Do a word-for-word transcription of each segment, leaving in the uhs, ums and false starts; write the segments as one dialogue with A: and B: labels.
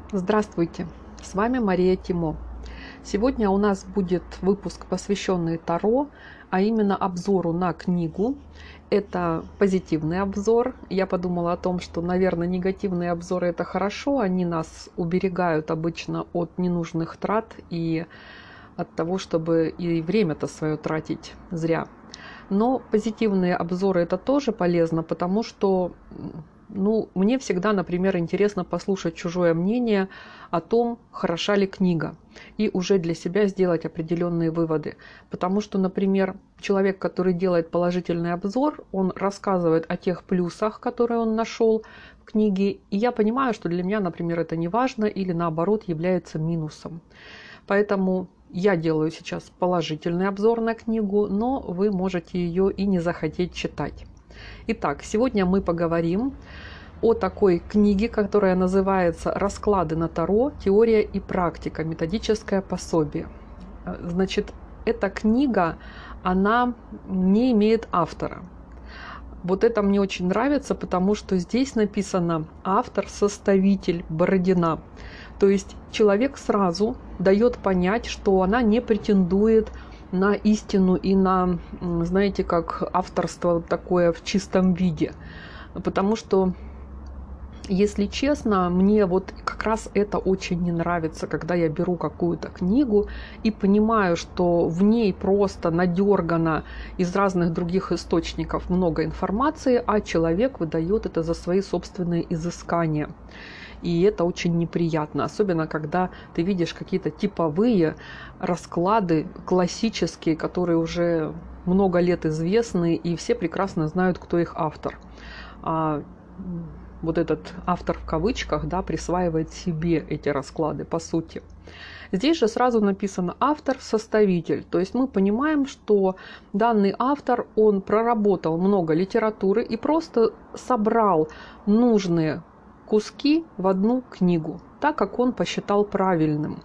A: Здравствуйте, с вами Мария Тимо. Сегодня у нас будет выпуск, посвященный Таро, а именно обзору на книгу. Это позитивный обзор. Я подумала о том, что, наверное, негативные обзоры — это хорошо, они нас уберегают обычно от ненужных трат и от того, чтобы и время-то свое тратить зря. Но позитивные обзоры — это тоже полезно, потому что ну, мне всегда, например, интересно послушать чужое мнение о том, хороша ли книга, и уже для себя сделать определенные выводы. Потому что, например, человек, который делает положительный обзор, он рассказывает о тех плюсах, которые он нашел в книге, и я понимаю, что для меня, например, это не важно или наоборот является минусом. Поэтому я делаю сейчас положительный обзор на книгу, но вы можете ее и не захотеть читать. Итак, сегодня мы поговорим о такой книге, которая называется «Расклады на Таро. Теория и практика. Методическое пособие». Значит, эта книга, она не имеет автора. Вот это мне очень нравится, потому что здесь написано автор-составитель Бородина. То есть человек сразу дает понять, что она не претендует на истину и на, знаете, как авторство такое в чистом виде. Потому что, если честно, мне вот как раз это очень не нравится, когда я беру какую-то книгу и понимаю, что в ней просто надергано из разных других источников много информации, а человек выдает это за свои собственные изыскания. И это очень неприятно, особенно когда ты видишь какие-то типовые расклады, классические, которые уже много лет известны, и все прекрасно знают, кто их автор. А вот этот автор в кавычках, да, присваивает себе эти расклады, по сути. Здесь же сразу написано автор-составитель. То есть мы понимаем, что данный автор, он проработал много литературы и просто собрал нужные куски в одну книгу, так как он посчитал правильным.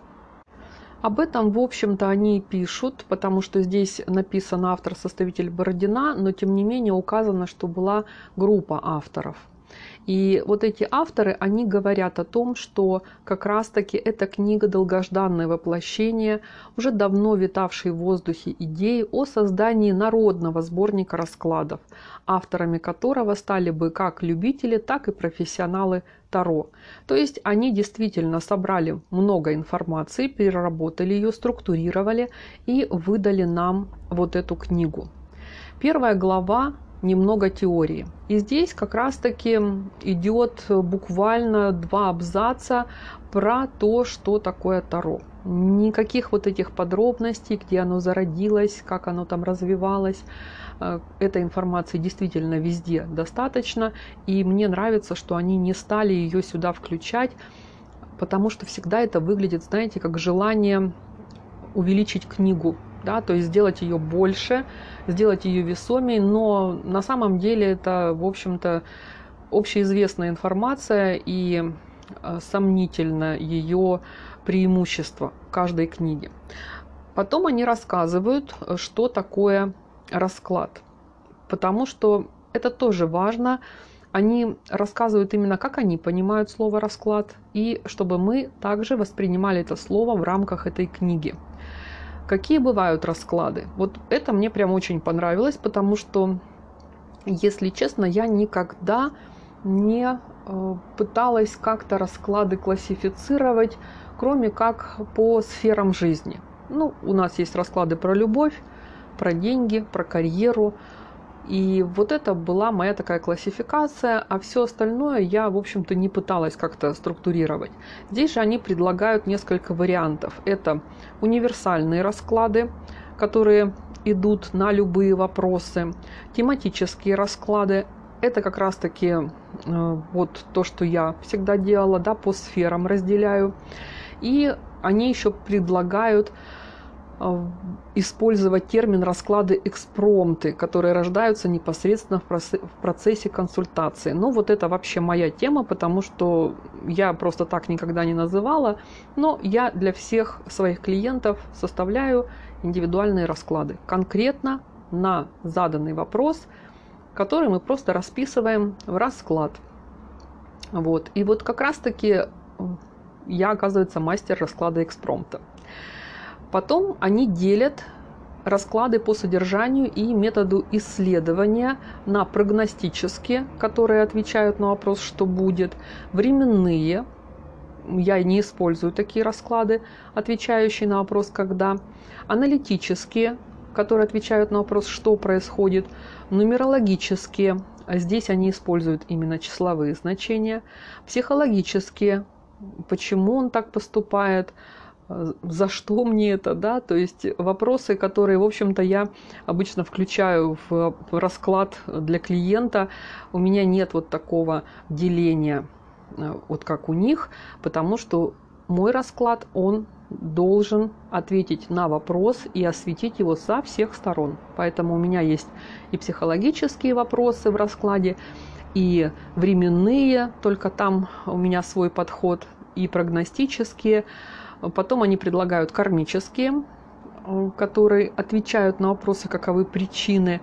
A: Об этом, в общем-то, они и пишут, потому что здесь написано автор-составитель Бородина, но тем не менее указано, что была группа авторов. И вот эти авторы, они говорят о том, что как раз-таки эта книга — долгожданное воплощение уже давно витавшей в воздухе идеи о создании народного сборника раскладов, авторами которого стали бы как любители, так и профессионалы Таро. То есть они действительно собрали много информации, переработали ее, структурировали и выдали нам вот эту книгу. Первая глава — немного теории. И здесь как раз-таки идет буквально два абзаца про то, что такое Таро. Никаких вот этих подробностей, где оно зародилось, как оно там развивалось. Этой информации действительно везде достаточно. И мне нравится, что они не стали ее сюда включать, потому что всегда это выглядит, знаете, как желание увеличить книгу. Да, то есть сделать ее больше, сделать ее весомее, но на самом деле это, в общем-то, общеизвестная информация и сомнительно ее преимущество каждой книги. Потом они рассказывают, что такое расклад, потому что это тоже важно. Они рассказывают именно, как они понимают слово «расклад», и чтобы мы также воспринимали это слово в рамках этой книги. Какие бывают расклады? Вот это мне прям очень понравилось, потому что, если честно, я никогда не пыталась как-то расклады классифицировать, кроме как по сферам жизни. Ну, у нас есть расклады про любовь, про деньги, про карьеру. И вот это была моя такая классификация, а все остальное я, в общем-то, не пыталась как-то структурировать. Здесь же они предлагают несколько вариантов. Это универсальные расклады, которые идут на любые вопросы, тематические расклады. Это как раз-таки э, вот то, что я всегда делала, да, по сферам разделяю. И они еще предлагают использовать термин расклады экспромты, которые рождаются непосредственно в процессе консультации. Ну, вот это вообще моя тема, потому что я просто так никогда не называла, но я для всех своих клиентов составляю индивидуальные расклады, конкретно на заданный вопрос, который мы просто расписываем в расклад. Вот. И вот как раз-таки я, оказывается, мастер расклада экспромта. Потом они делят расклады по содержанию и методу исследования на прогностические, которые отвечают на вопрос, что будет, временные, я не использую такие расклады, отвечающие на вопрос «когда», аналитические, которые отвечают на вопрос «что происходит», нумерологические, а здесь они используют именно числовые значения, психологические, почему он так поступает, за что мне это, да, то есть вопросы, которые, в общем-то, я обычно включаю в расклад для клиента. У меня нет вот такого деления, вот как у них, потому что мой расклад, он должен ответить на вопрос и осветить его со всех сторон. Поэтому у меня есть и психологические вопросы в раскладе, и временные, только там у меня свой подход, и прогностические. Потом они предлагают кармические, которые отвечают на вопросы, каковы причины.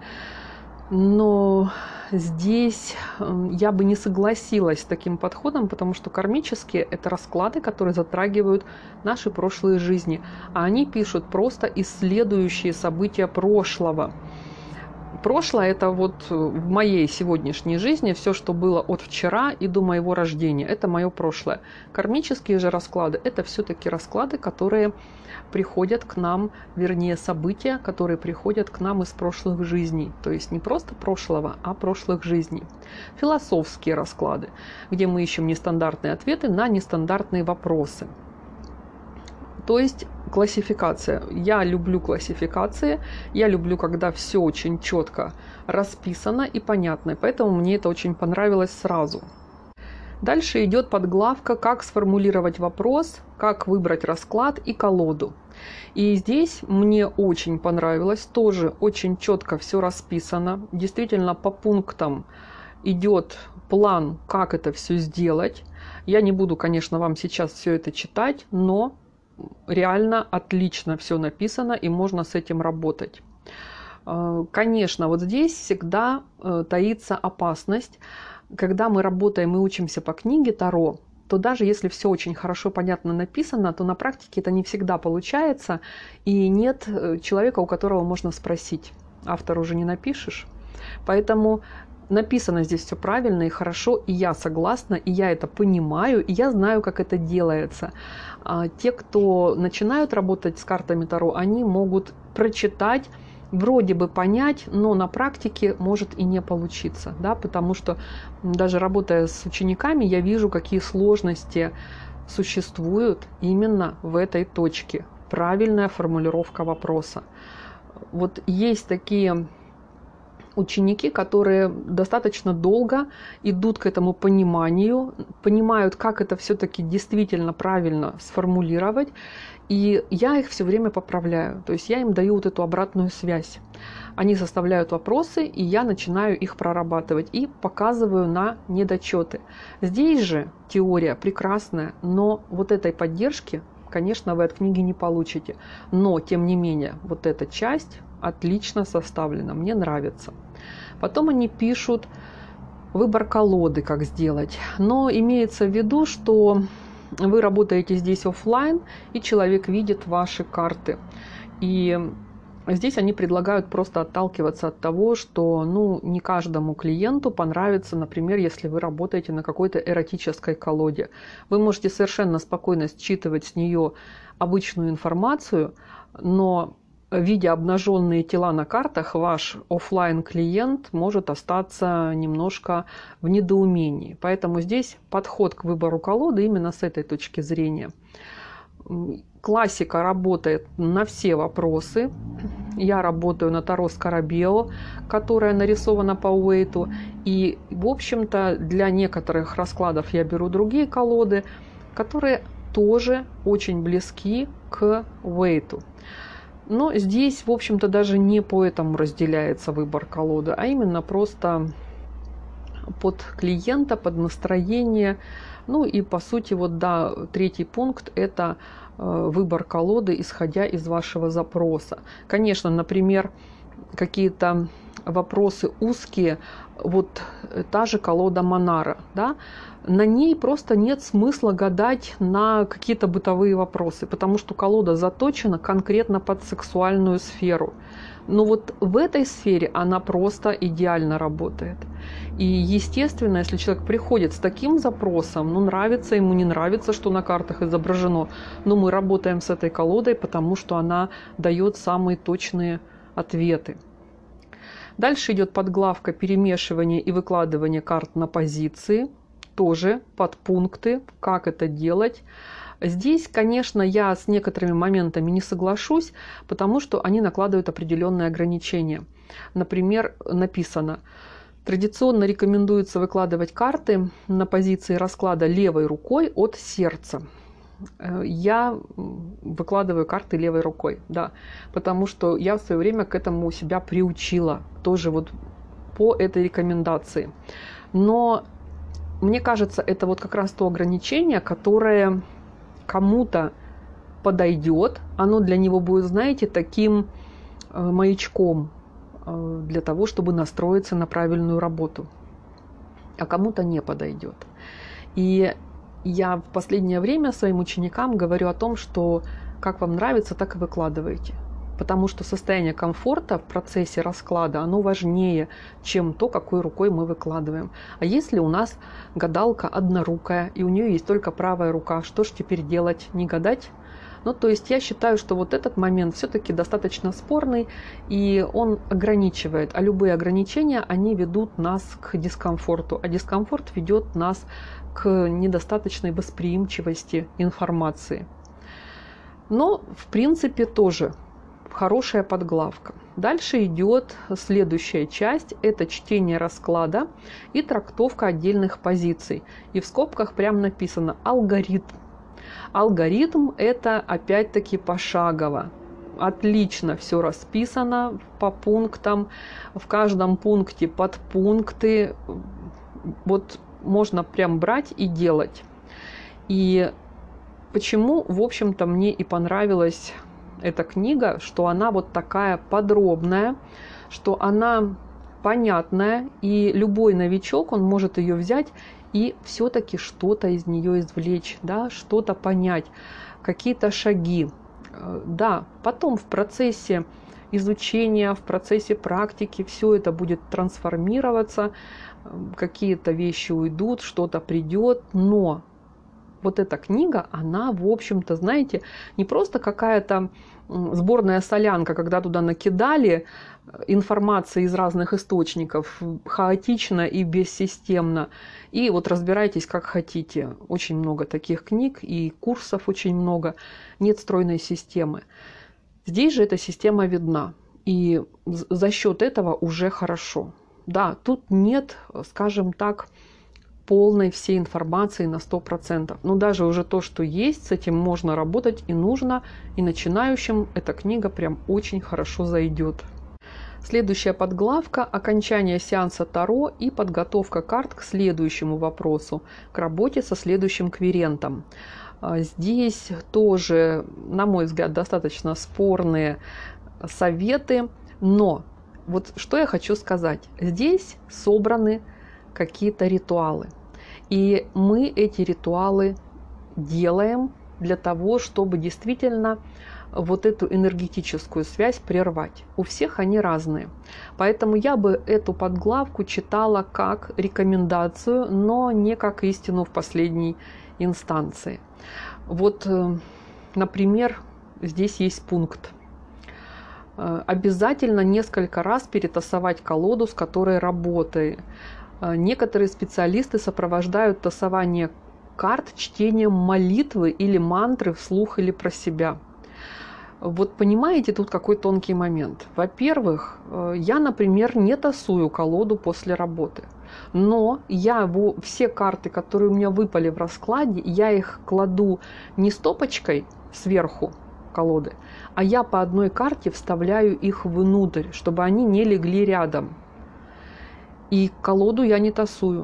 A: Но здесь я бы не согласилась с таким подходом, потому что кармические – это расклады, которые затрагивают наши прошлые жизни. А они пишут просто исследующие события прошлого. Прошлое – это вот в моей сегодняшней жизни все, что было от вчера и до моего рождения. Это мое прошлое. Кармические же расклады – это все-таки расклады, которые приходят к нам, вернее, события, которые приходят к нам из прошлых жизней. То есть не просто прошлого, а прошлых жизней. Философские расклады, где мы ищем нестандартные ответы на нестандартные вопросы. То есть классификация. Я люблю классификации, я люблю, когда все очень четко расписано и понятно, поэтому мне это очень понравилось сразу. Дальше идет подглавка «Как сформулировать вопрос», «Как выбрать расклад» и колоду. И здесь мне очень понравилось, тоже очень четко все расписано, действительно по пунктам идет план, как это все сделать. Я не буду, конечно, вам сейчас все это читать, но реально отлично все написано, и можно с этим работать. Конечно, вот здесь всегда таится опасность, когда мы работаем и учимся по книге Таро, то даже если все очень хорошо, понятно написано, то на практике это не всегда получается, и нет человека, у которого можно спросить. Автору уже не напишешь. Поэтому написано здесь все правильно и хорошо, и я согласна, и я это понимаю, и я знаю, как это делается. А те, кто начинают работать с картами Таро, они могут прочитать, вроде бы понять, но на практике может и не получиться, да, потому что даже работая с учениками, я вижу, какие сложности существуют именно в этой точке. Правильная формулировка вопроса. Вот есть такие ученики, которые достаточно долго идут к этому пониманию, понимают, как это все-таки действительно правильно сформулировать, и я их все время поправляю. То есть я им даю вот эту обратную связь. Они составляют вопросы, и я начинаю их прорабатывать и показываю на недочеты. Здесь же теория прекрасная, но вот этой поддержки, конечно, вы от книги не получите. Но, тем не менее, вот эта часть отлично составлена, мне нравится. Потом они пишут выбор колоды, как сделать. Но имеется в виду, что вы работаете здесь офлайн, и человек видит ваши карты. И здесь они предлагают просто отталкиваться от того, что ну, не каждому клиенту понравится, например, если вы работаете на какой-то эротической колоде. Вы можете совершенно спокойно считывать с нее обычную информацию, но видя обнаженные тела на картах, ваш офлайн клиент может остаться немножко в недоумении. Поэтому здесь подход к выбору колоды именно с этой точки зрения. Классика работает на все вопросы. Я работаю на Таро Скарабео, которая нарисована по Уэйту. И, в общем-то, для некоторых раскладов я беру другие колоды, которые тоже очень близки к Уэйту. Но здесь, в общем-то, даже не по этому разделяется выбор колоды, а именно просто под клиента, под настроение. Ну и, по сути, вот, да, третий пункт – это выбор колоды, исходя из вашего запроса. Конечно, например, какие-то вопросы узкие, вот та же колода Монара, да, на ней просто нет смысла гадать на какие-то бытовые вопросы, потому что колода заточена конкретно под сексуальную сферу. Но вот в этой сфере она просто идеально работает. И естественно, если человек приходит с таким запросом, ну нравится ему, не нравится, что на картах изображено, но мы работаем с этой колодой, потому что она дает самые точные ответы. Дальше идет подглавка перемешивания и выкладывания карт на позиции. Тоже подпункты, как это делать. Здесь, конечно, я с некоторыми моментами не соглашусь, потому что они накладывают определенные ограничения. Например, написано: традиционно рекомендуется выкладывать карты на позиции расклада левой рукой от сердца. Я выкладываю карты левой рукой, да, потому что я в свое время к этому себя приучила, тоже вот по этой рекомендации. Но мне кажется, это вот как раз то ограничение, которое кому-то подойдет, оно для него будет, знаете, таким маячком для того, чтобы настроиться на правильную работу, а кому-то не подойдет. И я в последнее время своим ученикам говорю о том, что как вам нравится, так и выкладывайте. Потому что состояние комфорта в процессе расклада, оно важнее, чем то, какой рукой мы выкладываем. А если у нас гадалка однорукая, и у нее есть только правая рука, что ж теперь делать? Не гадать? Ну, то есть я считаю, что вот этот момент все-таки достаточно спорный, и он ограничивает. А любые ограничения, они ведут нас к дискомфорту. А дискомфорт ведет нас к недостаточной восприимчивости информации. Но, в принципе, тоже хорошая подглавка. Дальше идет следующая часть. Это чтение расклада и трактовка отдельных позиций. И в скобках прям написано «алгоритм». Алгоритм – это опять-таки пошагово. Отлично все расписано по пунктам. В каждом пункте подпункты. Вот можно прям брать и делать. И почему, в общем-то, мне и понравилась эта книга, что она вот такая подробная, что она понятная, и любой новичок, он может ее взять и все-таки что-то из нее извлечь, да, что-то понять, какие-то шаги. Да, потом в процессе изучения, в процессе практики все это будет трансформироваться, какие-то вещи уйдут, что-то придет, но вот эта книга, она, в общем-то, знаете, не просто какая-то сборная солянка, когда туда накидали информации из разных источников, хаотично и бессистемно, и вот разбирайтесь как хотите. Очень много таких книг и курсов очень много, нет стройной системы. Здесь же эта система видна, и за счет этого уже хорошо. Да, тут нет, скажем так, полной всей информации на сто процентов. Но даже уже то, что есть, с этим можно работать и нужно. И начинающим эта книга прям очень хорошо зайдет. Следующая подглавка – окончание сеанса Таро и подготовка карт к следующему вопросу, к работе со следующим квирентом. Здесь тоже, на мой взгляд, достаточно спорные советы, но вот что я хочу сказать. Здесь собраны какие-то ритуалы. И мы эти ритуалы делаем для того, чтобы действительно вот эту энергетическую связь прервать. У всех они разные. Поэтому я бы эту подглавку читала как рекомендацию, но не как истину в последней инстанции. Вот, например, здесь есть пункт. Обязательно несколько раз перетасовать колоду, с которой работаете. Некоторые специалисты сопровождают тасование карт чтением молитвы или мантры вслух или про себя. Вот понимаете, тут какой тонкий момент. Во-первых, я, например, не тасую колоду после работы. Но я все карты, которые у меня выпали в раскладе, я их кладу не стопочкой сверху колоды, а я по одной карте вставляю их внутрь, чтобы они не легли рядом. И колоду я не тасую.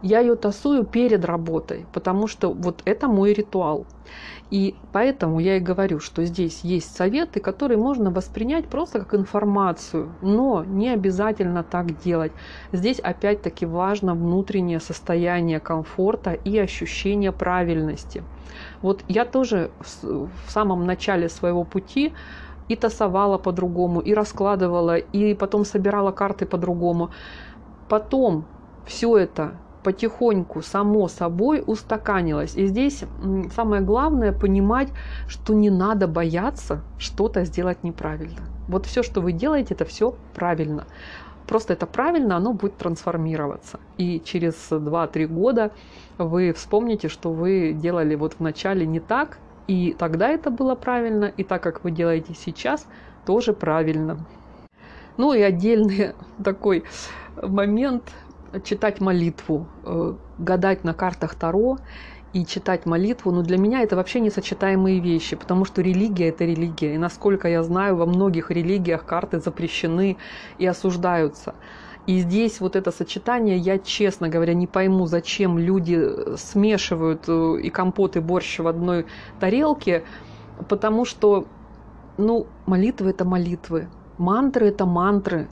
A: я ее тасую перед работой, потому что вот это мой ритуал. И поэтому я и говорю, что здесь есть советы, которые можно воспринять просто как информацию, но не обязательно так делать. Здесь опять-таки важно внутреннее состояние комфорта и ощущение правильности. Вот я тоже в самом начале своего пути и тасовала по-другому, и раскладывала, и потом собирала карты по-другому. Потом все это потихоньку, само собой устаканилось. И здесь самое главное понимать, что не надо бояться что-то сделать неправильно. Вот все, что вы делаете, это все правильно. Просто это правильно, оно будет трансформироваться. И через два-три года вы вспомните, что вы делали вот вначале не так, и тогда это было правильно, и так, как вы делаете сейчас, тоже правильно. Ну и отдельный такой момент – читать молитву, гадать на картах Таро и читать молитву. Но для меня это вообще несочетаемые вещи, потому что религия – это религия. И насколько я знаю, во многих религиях карты запрещены и осуждаются. И здесь вот это сочетание, я, честно говоря, не пойму, зачем люди смешивают и компот, и борщ в одной тарелке, потому что, ну, молитвы – это молитвы, мантры – это мантры.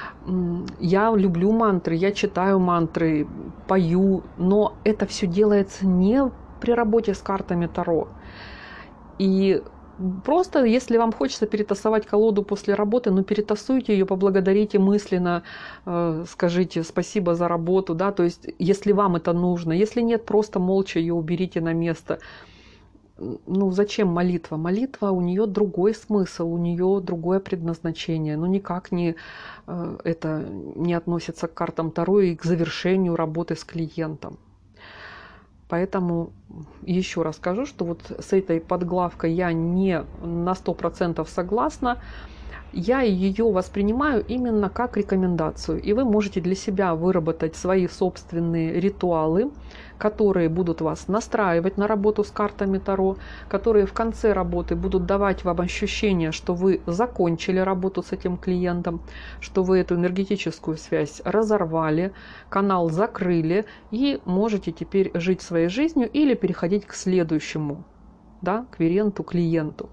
A: Я люблю мантры, я читаю мантры, пою, но это все делается не при работе с картами Таро. И просто, если вам хочется перетасовать колоду после работы, ну перетасуйте ее, поблагодарите мысленно, э, скажите спасибо за работу, да, то есть если вам это нужно. Если нет, просто молча ее уберите на место. Ну зачем молитва? Молитва, у нее другой смысл, у нее другое предназначение. Ну никак не э, это не относится к картам Таро и к завершению работы с клиентом. Поэтому еще раз скажу, что вот с этой подглавкой я не на сто процентов согласна. Я ее воспринимаю именно как рекомендацию. И вы можете для себя выработать свои собственные ритуалы, которые будут вас настраивать на работу с картами Таро, которые в конце работы будут давать вам ощущение, что вы закончили работу с этим клиентом, что вы эту энергетическую связь разорвали, канал закрыли и можете теперь жить своей жизнью или переходить к следующему, да, кверенту, клиенту.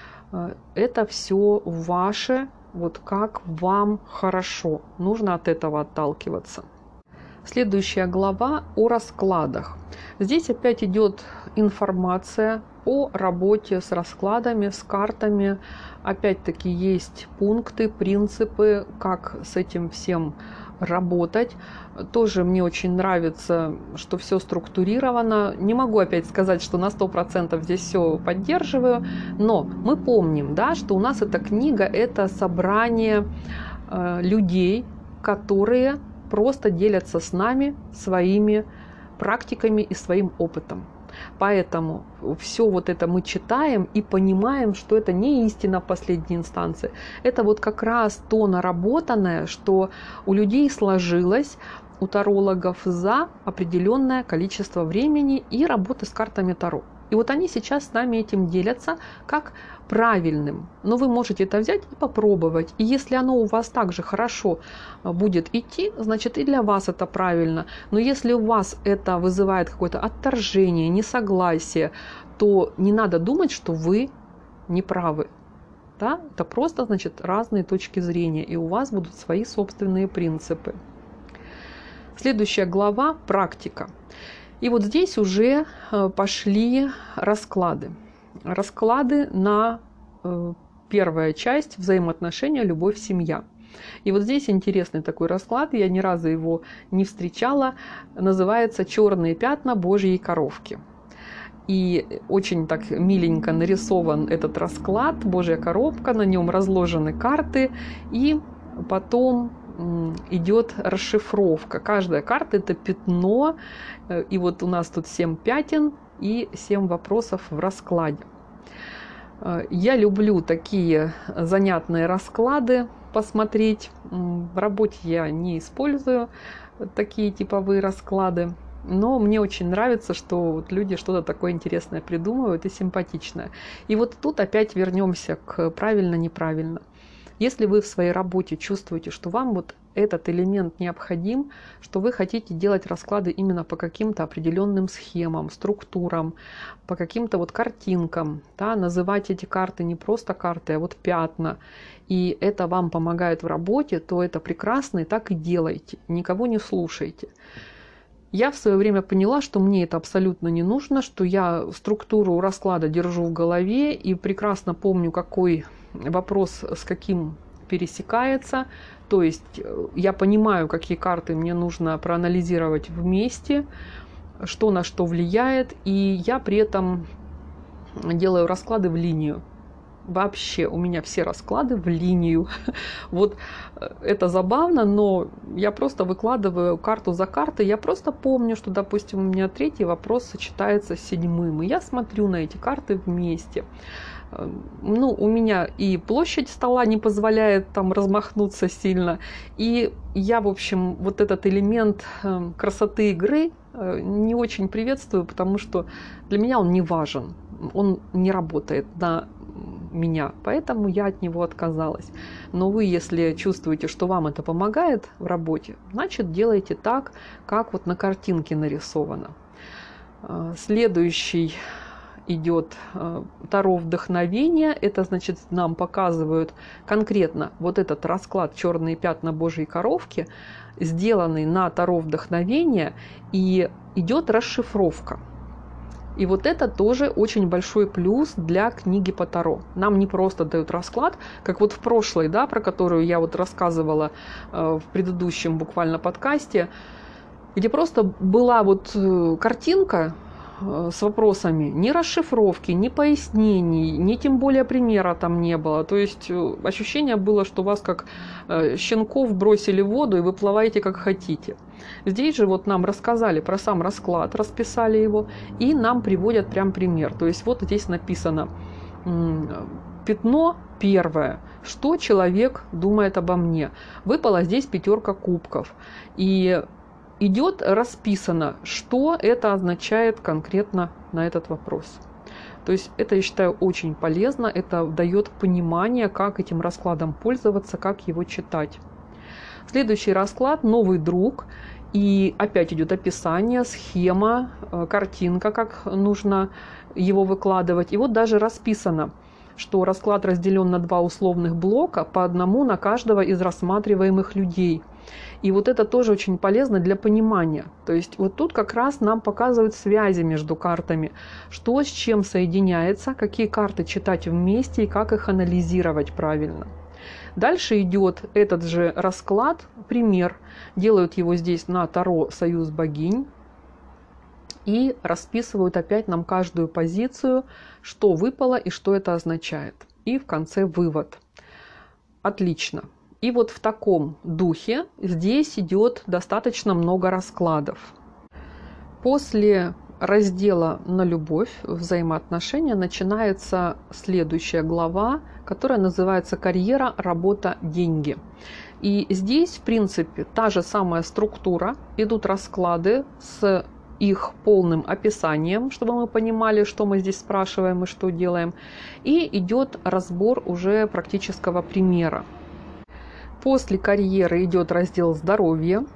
A: Это все ваше, вот как вам хорошо. Нужно от этого отталкиваться. Следующая глава о раскладах. Здесь опять идет информация о работе с раскладами, с картами. Опять-таки есть пункты, принципы, как с этим всем работать. Тоже мне очень нравится, что все структурировано. Не могу опять сказать, что на сто процентов здесь все поддерживаю, но мы помним, да, что у нас эта книга – это собрание э, людей, которые просто делятся с нами своими практиками и своим опытом. Поэтому все вот это мы читаем и понимаем, что это не истина в последней инстанции. Это вот как раз то наработанное, что у людей сложилось, у тарологов за определенное количество времени и работы с картами Таро. И вот они сейчас с нами этим делятся как правильным. Но вы можете это взять и попробовать. И если оно у вас также хорошо будет идти, значит и для вас это правильно. Но если у вас это вызывает какое-то отторжение, несогласие, то не надо думать, что вы не правы. Да? Это просто, значит, разные точки зрения. И у вас будут свои собственные принципы. Следующая глава – практика. И вот здесь уже пошли расклады. Расклады на э, первая часть взаимоотношения, любовь, семья. И вот здесь интересный такой расклад, я ни разу его не встречала, называется «Черные пятна Божьей коровки». И очень так миленько нарисован этот расклад, Божья коробка, на нем разложены карты, и потом идет расшифровка. Каждая карта – это пятно, и вот у нас тут семь пятен и семь вопросов в раскладе. Я люблю такие занятные расклады посмотреть. В работе я не использую такие типовые расклады, но мне очень нравится, что вот люди что-то такое интересное придумывают и симпатичное. И вот тут опять вернемся к правильно-неправильно. Если вы в своей работе чувствуете, что вам вот этот элемент необходим, что вы хотите делать расклады именно по каким-то определенным схемам, структурам, по каким-то вот картинкам, да, называть эти карты не просто карты, а вот пятна, и это вам помогает в работе, то это прекрасно, и так и делайте, никого не слушайте. Я в свое время поняла, что мне это абсолютно не нужно, что я структуру расклада держу в голове и прекрасно помню, какой вопрос с каким пересекается. То есть я понимаю, какие карты мне нужно проанализировать вместе, что на что влияет, и я при этом делаю расклады в линию. Вообще у меня все расклады в линию. Вот это забавно, но я просто выкладываю карту за картой. Я просто помню, что, допустим, у меня третий вопрос сочетается с седьмым, и я смотрю на эти карты вместе. Ну, у меня и площадь стола не позволяет там размахнуться сильно, и я, в общем, вот этот элемент красоты игры не очень приветствую, потому что для меня он не важен, он не работает на меня, поэтому я от него отказалась. Но вы, если чувствуете, что вам это помогает в работе, значит, делайте так, как вот на картинке нарисовано. Следующий идет Таро вдохновения. Это значит, нам показывают конкретно вот этот расклад «Черные пятна Божьей коровки», сделанный на Таро вдохновения, и идет расшифровка. И вот это тоже очень большой плюс для книги по Таро. Нам не просто дают расклад, как вот в прошлой, да, про которую я вот рассказывала в предыдущем буквально подкасте, где просто была вот картинка с вопросами, ни расшифровки, ни пояснений, ни тем более примера там не было. То есть ощущение было, что вас как щенков бросили в воду и вы плаваете как хотите. Здесь же вот нам рассказали про сам расклад, расписали его, и нам приводят прям пример. То есть вот здесь написано пятно первое. Что человек думает обо мне? Выпала здесь пятерка кубков. И идет расписано, что это означает конкретно на этот вопрос. То есть это, я считаю, очень полезно. Это дает понимание, как этим раскладом пользоваться, как его читать. Следующий расклад «Новый друг». И опять идет описание, схема, картинка, как нужно его выкладывать. И вот даже расписано, что расклад разделен на два условных блока, по одному на каждого из рассматриваемых людей. И вот это тоже очень полезно для понимания. То есть вот тут как раз нам показывают связи между картами, что с чем соединяется, какие карты читать вместе и как их анализировать правильно. Дальше идет этот же расклад, пример. Делают его здесь на Таро «Союз богинь». И расписывают опять нам каждую позицию, что выпало и что это означает. И в конце вывод. Отлично. И вот в таком духе здесь идет достаточно много раскладов. После раздела на любовь, взаимоотношения, начинается следующая глава, которая называется «Карьера, работа, деньги». И здесь, в принципе, та же самая структура. Идут расклады с их полным описанием, чтобы мы понимали, что мы здесь спрашиваем и что делаем. И идет разбор уже практического примера. После карьеры идет раздел «Здоровье»,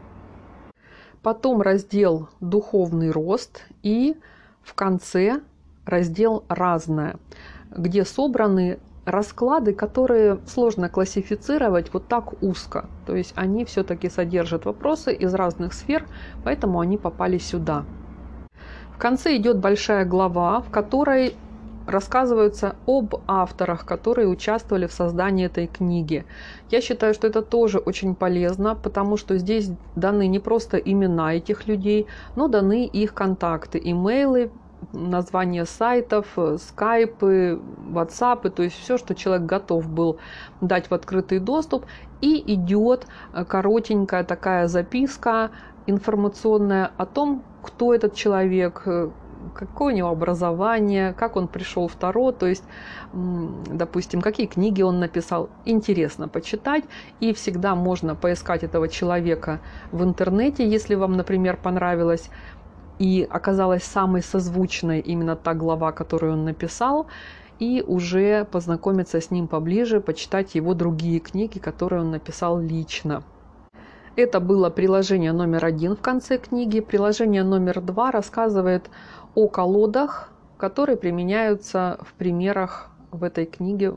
A: потом раздел «Духовный рост» и в конце раздел «Разное», где собраны расклады, которые сложно классифицировать вот так узко. То есть они все-таки содержат вопросы из разных сфер, поэтому они попали сюда. В конце идет большая глава, в которой рассказываются об авторах, которые участвовали в создании этой книги. Я считаю, что это тоже очень полезно, потому что здесь даны не просто имена этих людей, но даны их контакты, имейлы, названия сайтов, скайпы, ватсапы, то есть все, что человек готов был дать в открытый доступ. И идет коротенькая такая записка информационная о том, кто этот человек, какое у него образование, как он пришел в Таро, то есть, допустим, какие книги он написал. Интересно почитать, и всегда можно поискать этого человека в интернете, если вам, например, понравилось и оказалась самой созвучной именно та глава, которую он написал, и уже познакомиться с ним поближе, почитать его другие книги, которые он написал лично. Это было приложение номер один в конце книги. Приложение номер два рассказывает о колодах, которые применяются в примерах в этой книге,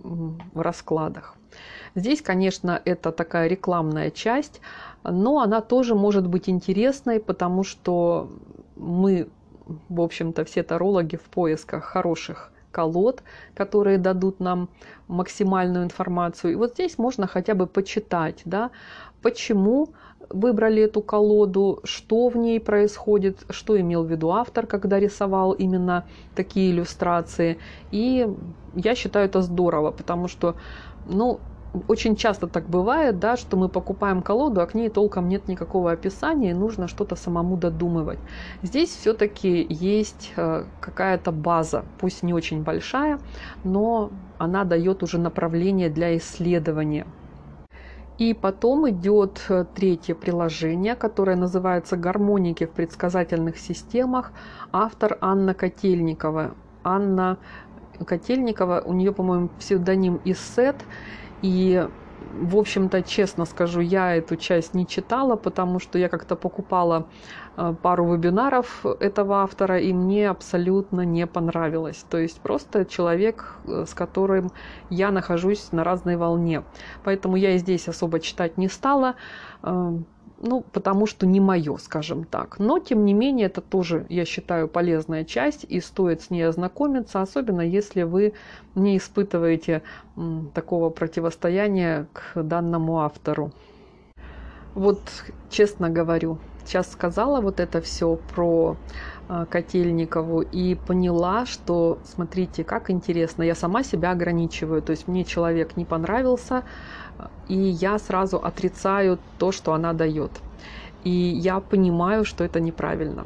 A: в раскладах. Здесь, конечно, это такая рекламная часть, но она тоже может быть интересной, потому что мы, в общем-то, все тарологи в поисках хороших колод, которые дадут нам максимальную информацию. И вот здесь можно хотя бы почитать, да, почему выбрали эту колоду, что в ней происходит, что имел в виду автор, когда рисовал именно такие иллюстрации. И я считаю это здорово, потому что, ну, очень часто так бывает, да, что мы покупаем колоду, а к ней толком нет никакого описания, и нужно что-то самому додумывать. Здесь все-таки есть какая-то база, пусть не очень большая, но она дает уже направление для исследования. И потом идет третье приложение, которое называется «Гармоники в предсказательных системах». Автор Анна Котельникова. Анна Котельникова, у нее, по-моему, псевдоним Иссет. И, в общем-то, честно скажу, я эту часть не читала, потому что я как-то покупала пару вебинаров этого автора, и мне абсолютно не понравилось. То есть просто человек, с которым я нахожусь на разной волне. Поэтому я и здесь особо читать не стала. Ну, потому что не мое, скажем так. Но, тем не менее, это тоже, я считаю, полезная часть, и стоит с ней ознакомиться, особенно если вы не испытываете м, такого противостояния к данному автору. Вот, честно говорю, сейчас сказала вот это все про э, Котельникову и поняла, что, смотрите, как интересно, я сама себя ограничиваю, то есть мне человек не понравился, и я сразу отрицаю то, что она дает. И я понимаю, что это неправильно.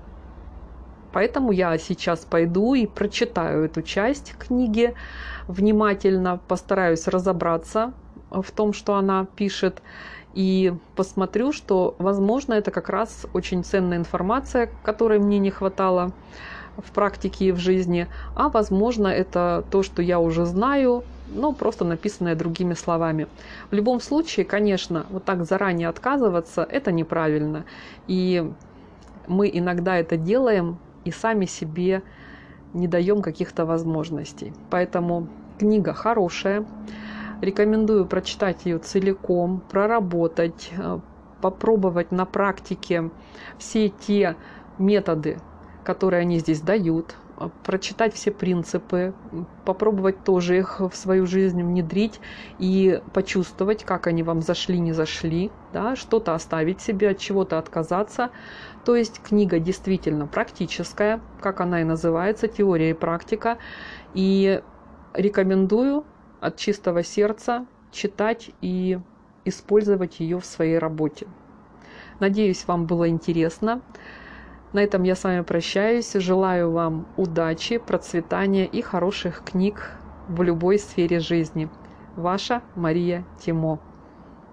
A: Поэтому я сейчас пойду и прочитаю эту часть книги внимательно, постараюсь разобраться в том, что она пишет, и посмотрю, что, возможно, это как раз очень ценная информация, которой мне не хватало в практике и в жизни, а возможно, это то, что я уже знаю, но просто написанное другими словами. В любом случае, конечно, вот так заранее отказываться – это неправильно. И мы иногда это делаем и сами себе не даем каких-то возможностей. Поэтому книга хорошая. Рекомендую прочитать ее целиком, проработать, попробовать на практике все те методы, которые они здесь дают, прочитать все принципы, попробовать тоже их в свою жизнь внедрить и почувствовать, как они вам зашли, не зашли, да, что-то оставить себе, от чего-то отказаться. То есть книга действительно практическая, как она и называется, теория и практика. И рекомендую от чистого сердца читать и использовать ее в своей работе. Надеюсь, вам было интересно. На этом я с вами прощаюсь. Желаю вам удачи, процветания и хороших книг в любой сфере жизни. Ваша Мария Тимо.